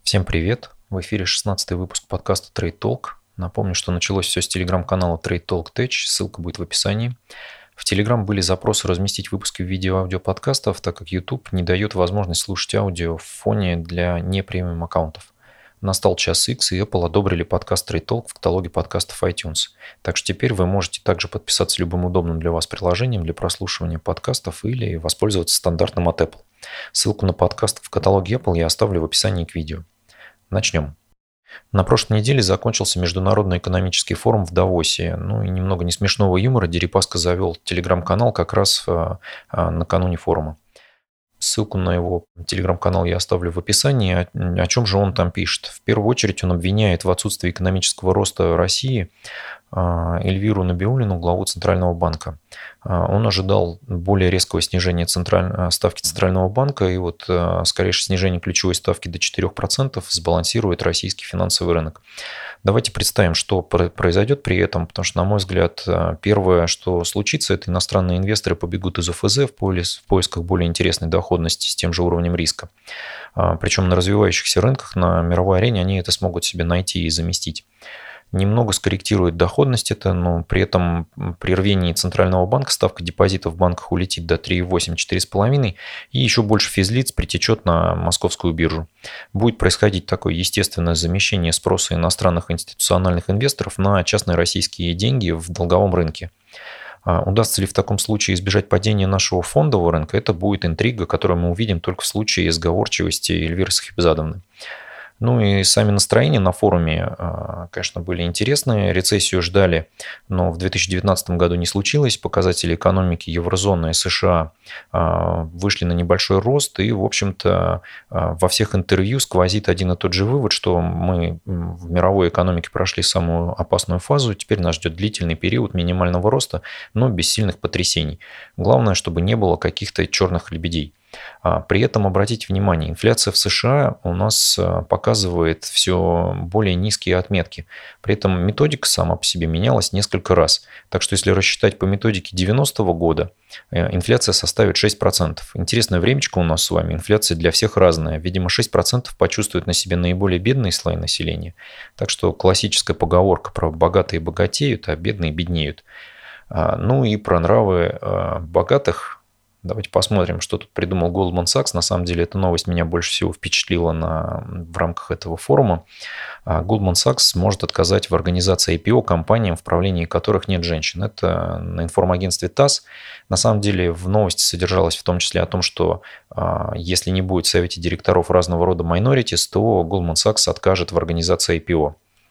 Всем привет! В эфире 16-й выпуск подкаста Trade Talk. Напомню, что началось все с телеграм-канала Trade Talk Tech, ссылка будет в описании. В Telegram были запросы разместить выпуски видео и аудио подкастов, так как YouTube не дает возможность слушать аудио в фоне для не премиум аккаунтов. Настал час X, и Apple одобрили подкаст Trade Talk в каталоге подкастов iTunes. Так что теперь вы можете также подписаться любым удобным для вас приложением для прослушивания подкастов или воспользоваться стандартным от Apple. Ссылку на подкаст в каталоге Apple я оставлю в описании к видео. Начнем. На прошлой неделе закончился Международный экономический форум в Давосе. И немного не смешного юмора Дерипаска завел телеграм-канал как раз накануне форума. Ссылку на его телеграм-канал я оставлю в описании. О чем же он там пишет? В первую очередь он обвиняет в отсутствии экономического роста России Эльвиру Набиуллину, главу Центрального банка. Он ожидал более резкого снижения ставки Центрального банка, и скорейшее снижение ключевой ставки до 4% сбалансирует российский финансовый рынок. Давайте представим, что произойдет при этом, потому что, на мой взгляд, первое, что случится, это иностранные инвесторы побегут из ОФЗ в поисках более интересной доходности с тем же уровнем риска. Причем на развивающихся рынках, на мировой арене они это смогут себе найти и заместить. Немного скорректирует доходность это, но при этом при рвении Центрального банка ставка депозитов в банках улетит до 3,8-4,5, и еще больше физлиц притечет на московскую биржу. Будет происходить такое естественное замещение спроса иностранных институциональных инвесторов на частные российские деньги в долговом рынке. Удастся ли в таком случае избежать падения нашего фондового рынка, это будет интрига, которую мы увидим только в случае сговорчивости Эльвиры Сахибзадовны. И сами настроения на форуме, конечно, были интересные. Рецессию ждали, но в 2019 году не случилось. Показатели экономики еврозоны и США вышли на небольшой рост. И, в общем-то, во всех интервью сквозит один и тот же вывод, что мы в мировой экономике прошли самую опасную фазу. Теперь нас ждет длительный период минимального роста, но без сильных потрясений. Главное, чтобы не было каких-то черных лебедей. При этом обратите внимание, инфляция в США у нас показывает все более низкие отметки. При этом методика сама по себе менялась несколько раз. Так что если рассчитать по методике 90-го года, инфляция составит 6%. Интересное времечко у нас с вами, инфляция для всех разная. Видимо, 6% почувствуют на себе наиболее бедные слои населения. Так что классическая поговорка про богатые богатеют, а бедные беднеют. И про нравы богатых. Давайте посмотрим, что тут придумал Goldman Sachs. На самом деле, эта новость меня больше всего впечатлила в рамках этого форума. Goldman Sachs может отказать в организации IPO компаниям, в правлении которых нет женщин. Это на информагентстве ТАСС. На самом деле, в новости содержалось в том числе о том, что если не будет в совете директоров разного рода minorities, то Goldman Sachs откажет в организации IPO.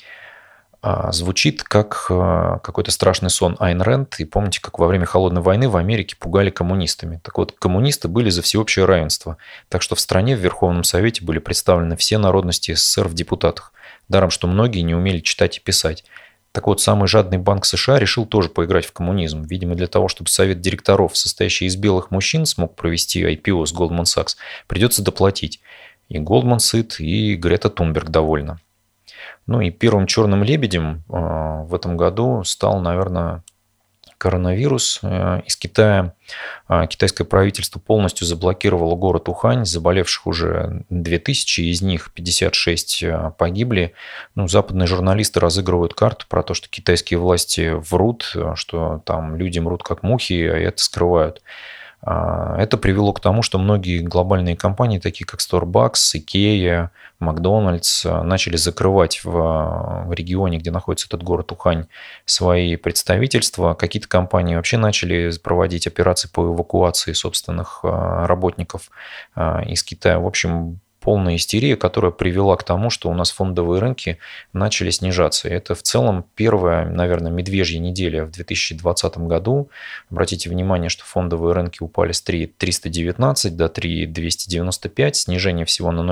Звучит как какой-то страшный сон Айн Рэнд. И помните, как во время Холодной войны в Америке пугали коммунистами. Так вот, коммунисты были за всеобщее равенство. Так что в стране в Верховном Совете были представлены все народности СССР в депутатах. Даром, что многие не умели читать и писать. Так вот, самый жадный банк США решил тоже поиграть в коммунизм. Видимо, для того, чтобы совет директоров, состоящий из белых мужчин, смог провести IPO с Goldman Sachs, придется доплатить. И Goldman сыт, и Грета Тунберг довольна. И первым черным лебедем в этом году стал, наверное, коронавирус из Китая. Китайское правительство полностью заблокировало город Ухань. Заболевших уже 2000, из них 56 погибли. Западные журналисты разыгрывают карту про то, что китайские власти врут, что там люди мрут как мухи, и это скрывают. Это привело к тому, что многие глобальные компании, такие как Starbucks, Ikea, Макдональдс, начали закрывать в регионе, где находится этот город Ухань, свои представительства. Какие-то компании вообще начали проводить операции по эвакуации собственных работников из Китая. В общем, полная истерия, которая привела к тому, что у нас фондовые рынки начали снижаться. И это в целом первая, наверное, медвежья неделя в 2020 году. Обратите внимание, что фондовые рынки упали с 3,319 до 3,295, снижение всего на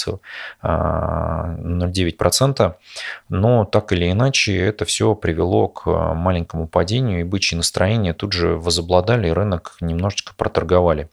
0,9%. Но так или иначе, это все привело к маленькому падению, и бычьи настроения тут же возобладали, и рынок немножечко проторговали.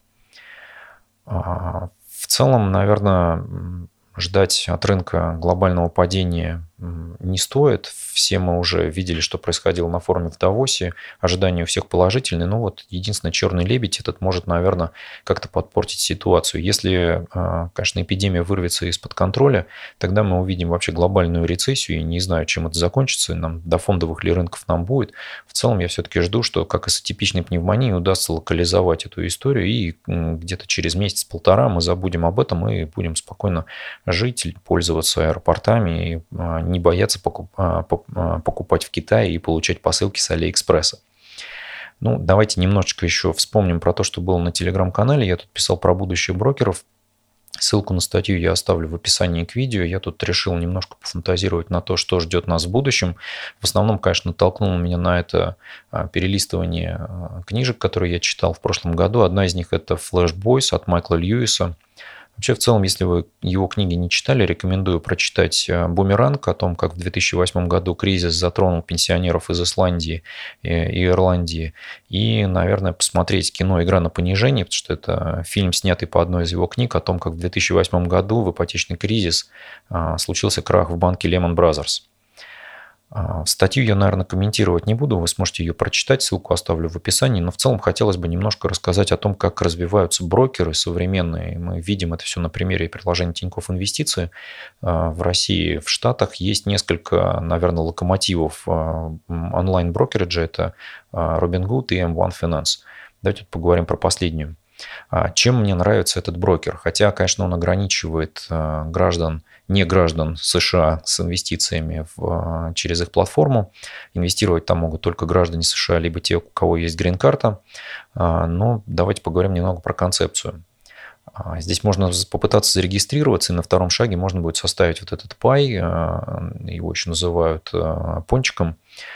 В целом, наверное, ждать от рынка глобального падения не стоит. Все мы уже видели, что происходило на форуме в Давосе. Ожидания у всех положительные. Но вот единственный черный лебедь этот может, наверное, как-то подпортить ситуацию. Если, конечно, эпидемия вырвется из-под контроля, тогда мы увидим вообще глобальную рецессию. И не знаю, чем это закончится. Нам до фондовых ли рынков нам будет. В целом я все-таки жду, что как и с атипичной пневмонией удастся локализовать эту историю. И где-то через месяц-полтора мы забудем об этом и будем спокойно жить, пользоваться аэропортами и не бояться покупать в Китае и получать посылки с Алиэкспресса. Ну, давайте немножечко еще вспомним про то, что было на телеграм-канале. Я тут писал про будущее брокеров. Ссылку на статью я оставлю в описании к видео. Я тут решил немножко пофантазировать на то, что ждет нас в будущем. В основном, конечно, толкнуло меня на это перелистывание книжек, которые я читал в прошлом году. Одна из них – это «Flash Boys» от Майкла Льюиса. Вообще, в целом, если вы его книги не читали, рекомендую прочитать «Бумеранг» о том, как в 2008 году кризис затронул пенсионеров из Исландии и Ирландии. И, наверное, посмотреть кино «Игра на понижение», потому что это фильм, снятый по одной из его книг, о том, как в 2008 году в ипотечный кризис случился крах в банке Lehman Brothers. Статью я, наверное, комментировать не буду, вы сможете ее прочитать, ссылку оставлю в описании, но в целом хотелось бы немножко рассказать о том, как развиваются брокеры современные. Мы видим это все на примере приложения Тинькофф Инвестиции. В России, в Штатах есть несколько, наверное, локомотивов онлайн-брокериджа, это Robinhood и M1 Finance. Давайте поговорим про последнюю. Чем мне нравится этот брокер? Хотя, конечно, он ограничивает не граждан США с инвестициями через их платформу. Инвестировать там могут только граждане США, либо те, у кого есть грин-карта. Но давайте поговорим немного про концепцию. Здесь можно попытаться зарегистрироваться, и на втором шаге можно будет составить вот этот пай, его еще называют пончиком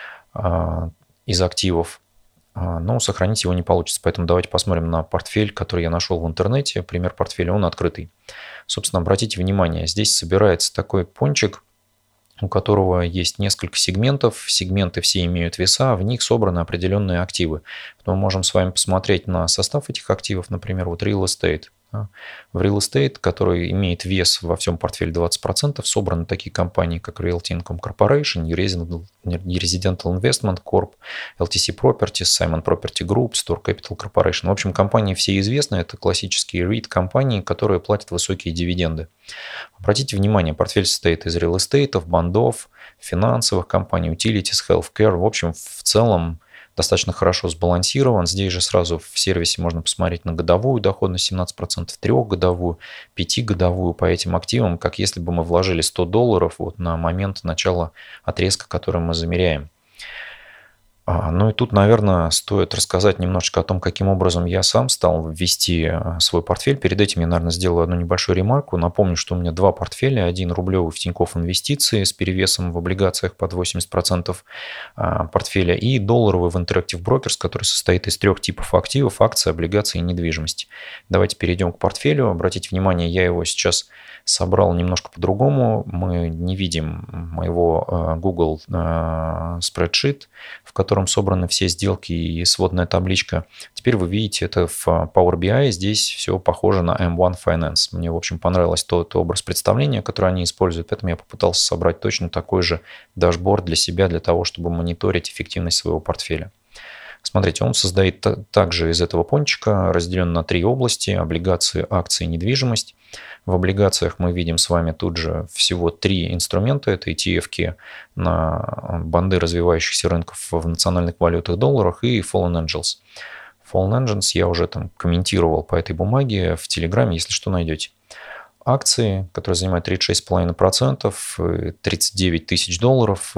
из активов. Но сохранить его не получится. Поэтому давайте посмотрим на портфель, который я нашел в интернете. Пример портфеля, он открытый. Собственно, обратите внимание, здесь собирается такой пончик, у которого есть несколько сегментов. Сегменты все имеют веса, в них собраны определенные активы. Мы можем с вами посмотреть на состав этих активов, например, вот Real Estate. В Real Estate, который имеет вес во всем портфеле 20%, собраны такие компании, как Realty Income Corporation, Residential Investment Corp, LTC Properties, Simon Property Group, Store Capital Corporation. В общем, компании все известны. Это классические REIT-компании, которые платят высокие дивиденды. Обратите внимание, портфель состоит из Real Estate, бандов, финансовых компаний, Utilities, Healthcare. В общем, в целом, достаточно хорошо сбалансирован. Здесь же сразу в сервисе можно посмотреть на годовую доходность 17%, трехгодовую, пятигодовую по этим активам, как если бы мы вложили $100 вот на момент начала отрезка, который мы замеряем. Ну и тут, наверное, стоит рассказать немножечко о том, каким образом я сам стал ввести свой портфель. Перед этим я, наверное, сделаю одну небольшую ремарку. Напомню, что у меня два портфеля. Один рублевый в Тинькофф Инвестиции с перевесом в облигациях под 80% портфеля и долларовый в Interactive Brokers, который состоит из трех типов активов: акции, облигации и недвижимость. Давайте перейдем к портфелю. Обратите внимание, я его сейчас собрал немножко по-другому. Мы не видим моего Google Spreadsheet, в котором собраны все сделки и сводная табличка. Теперь вы видите это в Power BI. Здесь все похоже на M1 Finance. Мне, в общем, понравилось тот образ представления, который они используют. Поэтому я попытался собрать точно такой же дашборд для себя, для того, чтобы мониторить эффективность своего портфеля. Смотрите, он создает также из этого пончика, разделен на три области: облигации, акции, недвижимость. В облигациях мы видим с вами тут же всего три инструмента. Это ETF-ки на банды развивающихся рынков в национальных валютах, долларах, и Fallen Angels. Fallen Angels я уже там комментировал по этой бумаге в Телеграме, если что, найдете. Акции, которые занимают 36,5%, 39 тысяч долларов,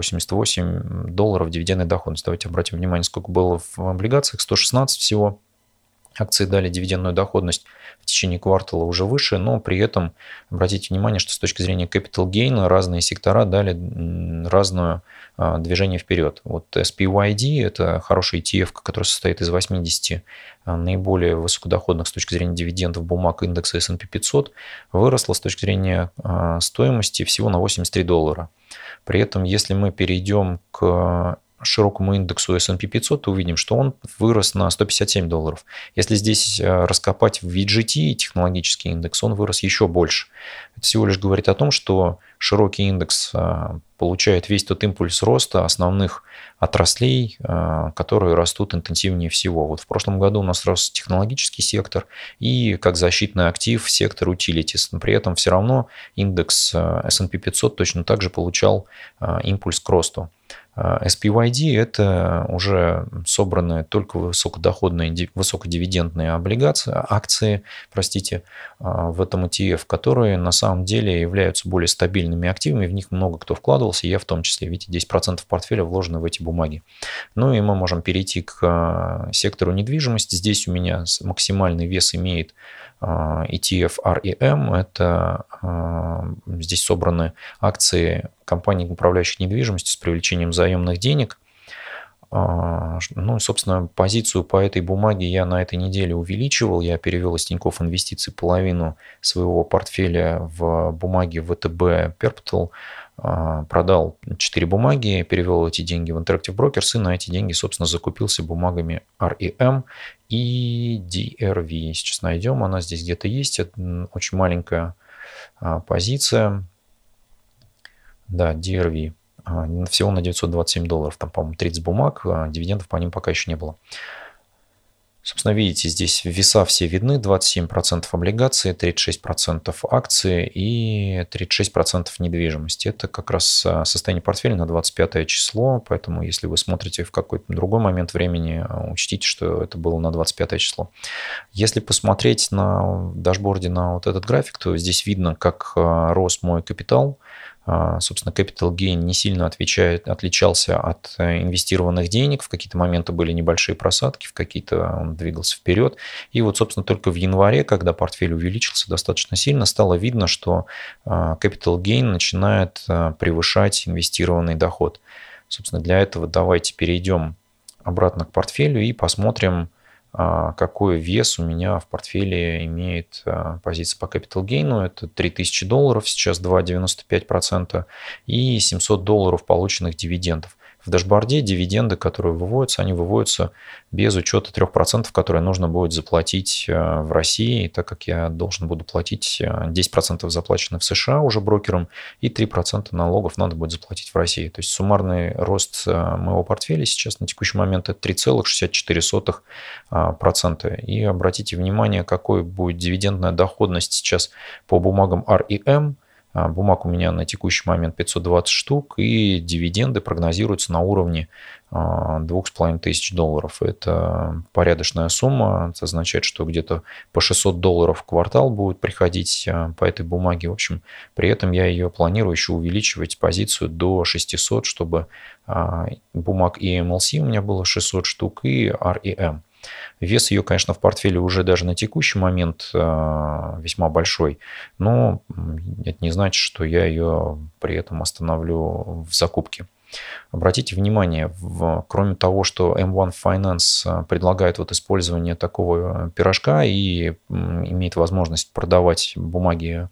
$188 дивидендная доходность. Давайте обратим внимание, сколько было в облигациях: 116 всего. Акции дали дивидендную доходность в течение квартала уже выше, но при этом обратите внимание, что с точки зрения capital gain разные сектора дали разное движение вперед. Вот SPYD – это хороший ETF, который состоит из 80 наиболее высокодоходных с точки зрения дивидендов бумаг индекса S&P 500, выросла с точки зрения стоимости всего на $83. При этом, если мы перейдем к широкому индексу S&P 500, то увидим, что он вырос на $157. Если здесь раскопать в VGT, технологический индекс, он вырос еще больше. Это всего лишь говорит о том, что широкий индекс получает весь тот импульс роста основных отраслей, которые растут интенсивнее всего. Вот в прошлом году у нас рос технологический сектор и как защитный актив сектор utilities. Но при этом все равно индекс S&P 500 точно так же получал импульс к росту. SPYD – это уже собранные только высокодоходные, высокодивидендные облигации, акции, простите, в этом ETF, которые на самом деле являются более стабильными активами, в них много кто вкладывался, я в том числе, видите, 10% портфеля вложено в эти бумаги. Ну и мы можем перейти к сектору недвижимости. Здесь у меня максимальный вес имеет ETF REM, это здесь собраны акции компаний, управляющих недвижимостью с привлечением заемных денег. Ну и, собственно, позицию по этой бумаге я на этой неделе увеличивал. Я перевел из Тинькофф Инвестиций половину своего портфеля в бумаги ВТБ Perpetual, продал 4 бумаги, перевел эти деньги в Interactive Brokers и на эти деньги, собственно, закупился бумагами REM и DRV. Сейчас найдем, она здесь где-то есть. Это очень маленькая позиция. Да, DRV. Всего на $927. Там, по-моему, 30 бумаг, дивидендов по ним пока еще не было. Собственно, видите, здесь веса все видны. 27% облигаций, 36% акции и 36% недвижимости. Это как раз состояние портфеля на 25 число. Поэтому, если вы смотрите в какой-то другой момент времени, учтите, что это было на 25 число. Если посмотреть на дашборде на вот этот график, то здесь видно, как рос мой капитал. Собственно, capital gain не сильно отличался от инвестированных денег. В какие-то моменты были небольшие просадки, в какие-то он двигался вперед. И вот, собственно, только в январе, когда портфель увеличился достаточно сильно, стало видно, что capital gain начинает превышать инвестированный доход. Собственно, для этого давайте перейдем обратно к портфелю и посмотрим, какой вес у меня в портфеле имеет позиция по capital gain. Это $3000, сейчас 2,95% и $700 полученных дивидендов. В дашборде дивиденды, которые выводятся, они выводятся без учета 3%, которые нужно будет заплатить в России, так как я должен буду платить 10% заплаченных в США уже брокером и 3% налогов надо будет заплатить в России. То есть суммарный рост моего портфеля сейчас на текущий момент это 3,64%. И обратите внимание, какой будет дивидендная доходность сейчас по бумагам REM. Бумаг у меня на текущий момент 520 штук, и дивиденды прогнозируются на уровне $2500. Это порядочная сумма. Это означает, что где-то по $600 в квартал будет приходить по этой бумаге. В общем, при этом я ее планирую еще увеличивать позицию до 600, чтобы бумаг EMLC у меня было 600 штук и REM. Вес ее, конечно, в портфеле уже даже на текущий момент весьма большой, но это не значит, что я ее при этом остановлю в закупке. Обратите внимание, кроме того, что M1 Finance предлагает вот использование такого пирожка и имеет возможность продавать бумаги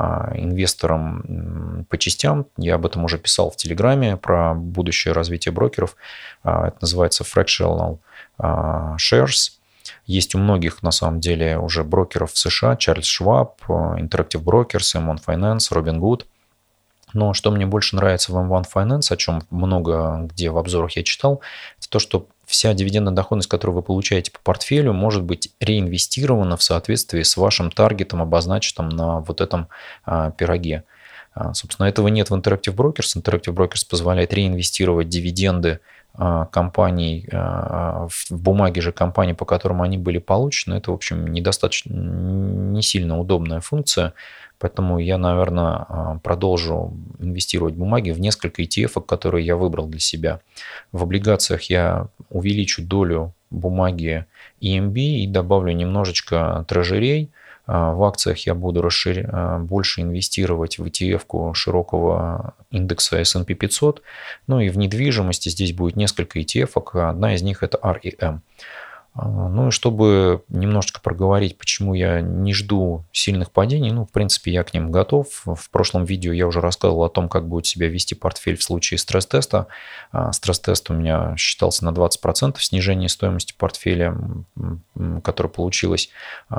инвесторам по частям, я об этом уже писал в Телеграме про будущее развитие брокеров, это называется Fractional Shares. Есть у многих, на самом деле, уже брокеров в США, Charles Schwab, Interactive Brokers, M1 Finance, Robinhood. Но что мне больше нравится в M1 Finance, о чем много где в обзорах я читал, это то, что вся дивидендная доходность, которую вы получаете по портфелю, может быть реинвестирована в соответствии с вашим таргетом, обозначенным на вот этом пироге. Собственно, этого нет в Interactive Brokers. Interactive Brokers позволяет реинвестировать дивиденды компаний в бумаги же компаний, по которым они были получены. Это, в общем, недостаточно, не сильно удобная функция. Поэтому я, наверное, продолжу инвестировать в бумаги в несколько ETF, которые я выбрал для себя. В облигациях я увеличу долю бумаги EMB и добавлю немножечко трежерей. В акциях я буду больше инвестировать в ETF-ку широкого индекса S&P 500. Ну и в недвижимости здесь будет несколько ETF-ок. Одна из них это REM. Ну и чтобы немножечко проговорить, почему я не жду сильных падений, в принципе, я к ним готов. В прошлом видео я уже рассказывал о том, как будет себя вести портфель в случае стресс-теста. Стресс-тест у меня считался на 20% снижения стоимости портфеля, которое получилось.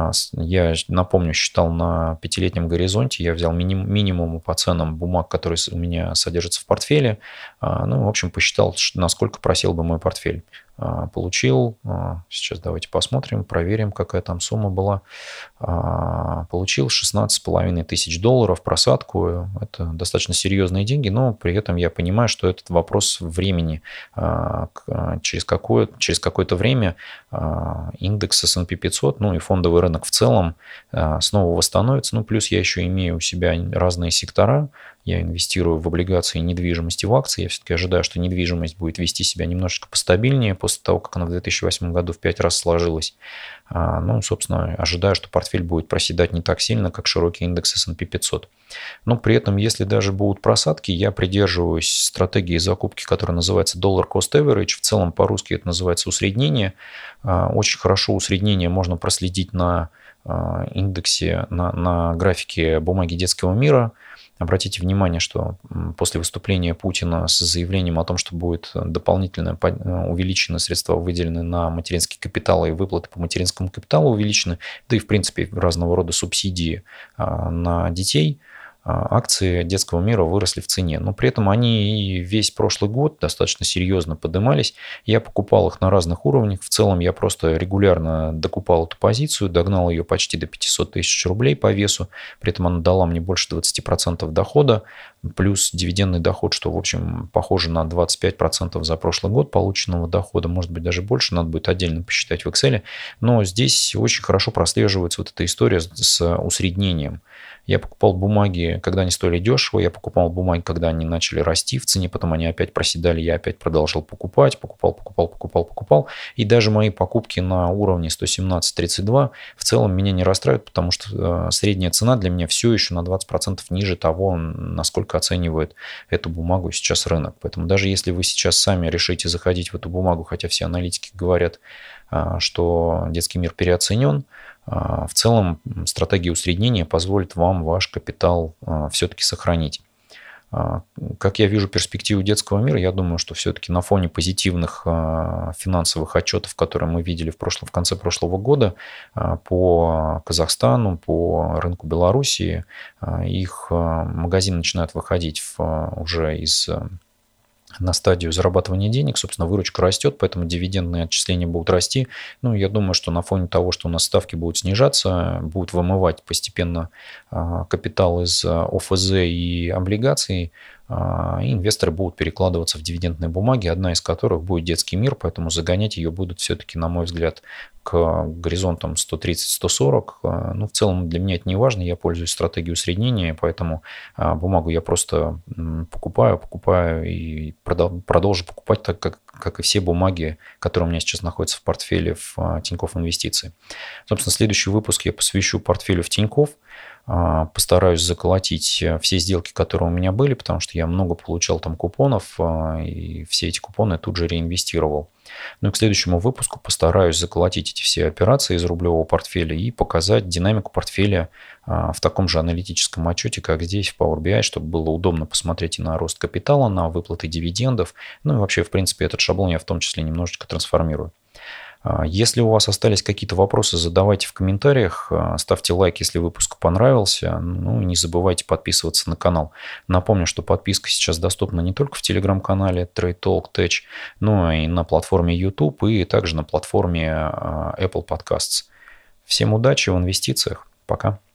Я, напомню, считал на 5-летнем горизонте. Я взял минимум по ценам бумаг, которые у меня содержатся в портфеле. Ну, в общем, посчитал, насколько просел бы мой портфель. Получил, сейчас давайте посмотрим, проверим, какая там сумма была. Получил 16,5 тысяч долларов просадку. Это достаточно серьезные деньги, но при этом я понимаю, что этот вопрос времени. Через какое-то время индекс S&P 500, ну и фондовый рынок в целом снова восстановится. Ну, плюс я еще имею у себя разные сектора. Я инвестирую в облигации недвижимости, в акции. Я все-таки ожидаю, что недвижимость будет вести себя немножечко постабильнее после того, как она в 2008 году в 5 раз сложилась. Ну, собственно, ожидаю, что портфель будет проседать не так сильно, как широкий индекс S&P 500. Но при этом, если даже будут просадки, я придерживаюсь стратегии закупки, которая называется Dollar Cost Average. В целом по-русски это называется усреднение. Очень хорошо усреднение можно проследить на индексе, на графике бумаги детского мира. Обратите внимание, что после выступления Путина с заявлением о том, что будет дополнительно увеличены средства, выделены на материнский капитал и выплаты по материнскому капиталу увеличены, да и в принципе разного рода субсидии на детей, акции детского мира выросли в цене. Но при этом они и весь прошлый год достаточно серьезно поднимались. Я покупал их на разных уровнях. В целом я просто регулярно докупал эту позицию, догнал ее почти до 500 тысяч рублей по весу. При этом она дала мне больше 20% дохода, плюс дивидендный доход, что, в общем, похоже на 25% за прошлый год полученного дохода. Может быть, даже больше, надо будет отдельно посчитать в Excel. Но здесь очень хорошо прослеживается вот эта история с усреднением. Я покупал бумаги, когда они стоили дешево, я покупал бумаги, когда они начали расти в цене, потом они опять проседали, я опять продолжал покупать, покупал. И даже мои покупки на уровне 117.32 в целом меня не расстраивают, потому что средняя цена для меня все еще на 20% ниже того, насколько оценивает эту бумагу сейчас рынок. Поэтому даже если вы сейчас сами решите заходить в эту бумагу, хотя все аналитики говорят, что детский мир переоценен, в целом стратегия усреднения позволит вам ваш капитал все-таки сохранить. Как я вижу перспективу детского мира, я думаю, что все-таки на фоне позитивных финансовых отчетов, которые мы видели в конце прошлого года по Казахстану, по рынку Белоруссии, их магазины начинают выходить уже на стадию зарабатывания денег, собственно, выручка растет, поэтому дивидендные отчисления будут расти. Ну, я думаю, что на фоне того, что у нас ставки будут снижаться, будут вымывать постепенно капитал из ОФЗ и облигаций, и инвесторы будут перекладываться в дивидендные бумаги, одна из которых будет детский мир, поэтому загонять ее будут все-таки, на мой взгляд, к горизонтам 130-140. Ну, в целом для меня это не важно, я пользуюсь стратегией усреднения, поэтому бумагу я просто покупаю и продолжу покупать, так как и все бумаги, которые у меня сейчас находятся в портфеле в Тинькофф Инвестиции. Собственно, следующий выпуск я посвящу портфелю в Тинькофф. Постараюсь заколотить все сделки, которые у меня были, потому что я много получал там купонов, и все эти купоны тут же реинвестировал. Ну и к следующему выпуску постараюсь заколотить эти все операции из рублевого портфеля и показать динамику портфеля в таком же аналитическом отчете, как здесь в Power BI, чтобы было удобно посмотреть и на рост капитала, на выплаты дивидендов. Ну и вообще, в принципе, этот шаблон я в том числе немножечко трансформирую. Если у вас остались какие-то вопросы, задавайте в комментариях, ставьте лайк, если выпуск понравился, ну и не забывайте подписываться на канал. Напомню, что подписка сейчас доступна не только в телеграм-канале Trade Talk Tech, но и на платформе YouTube и также на платформе Apple Podcasts. Всем удачи в инвестициях, пока!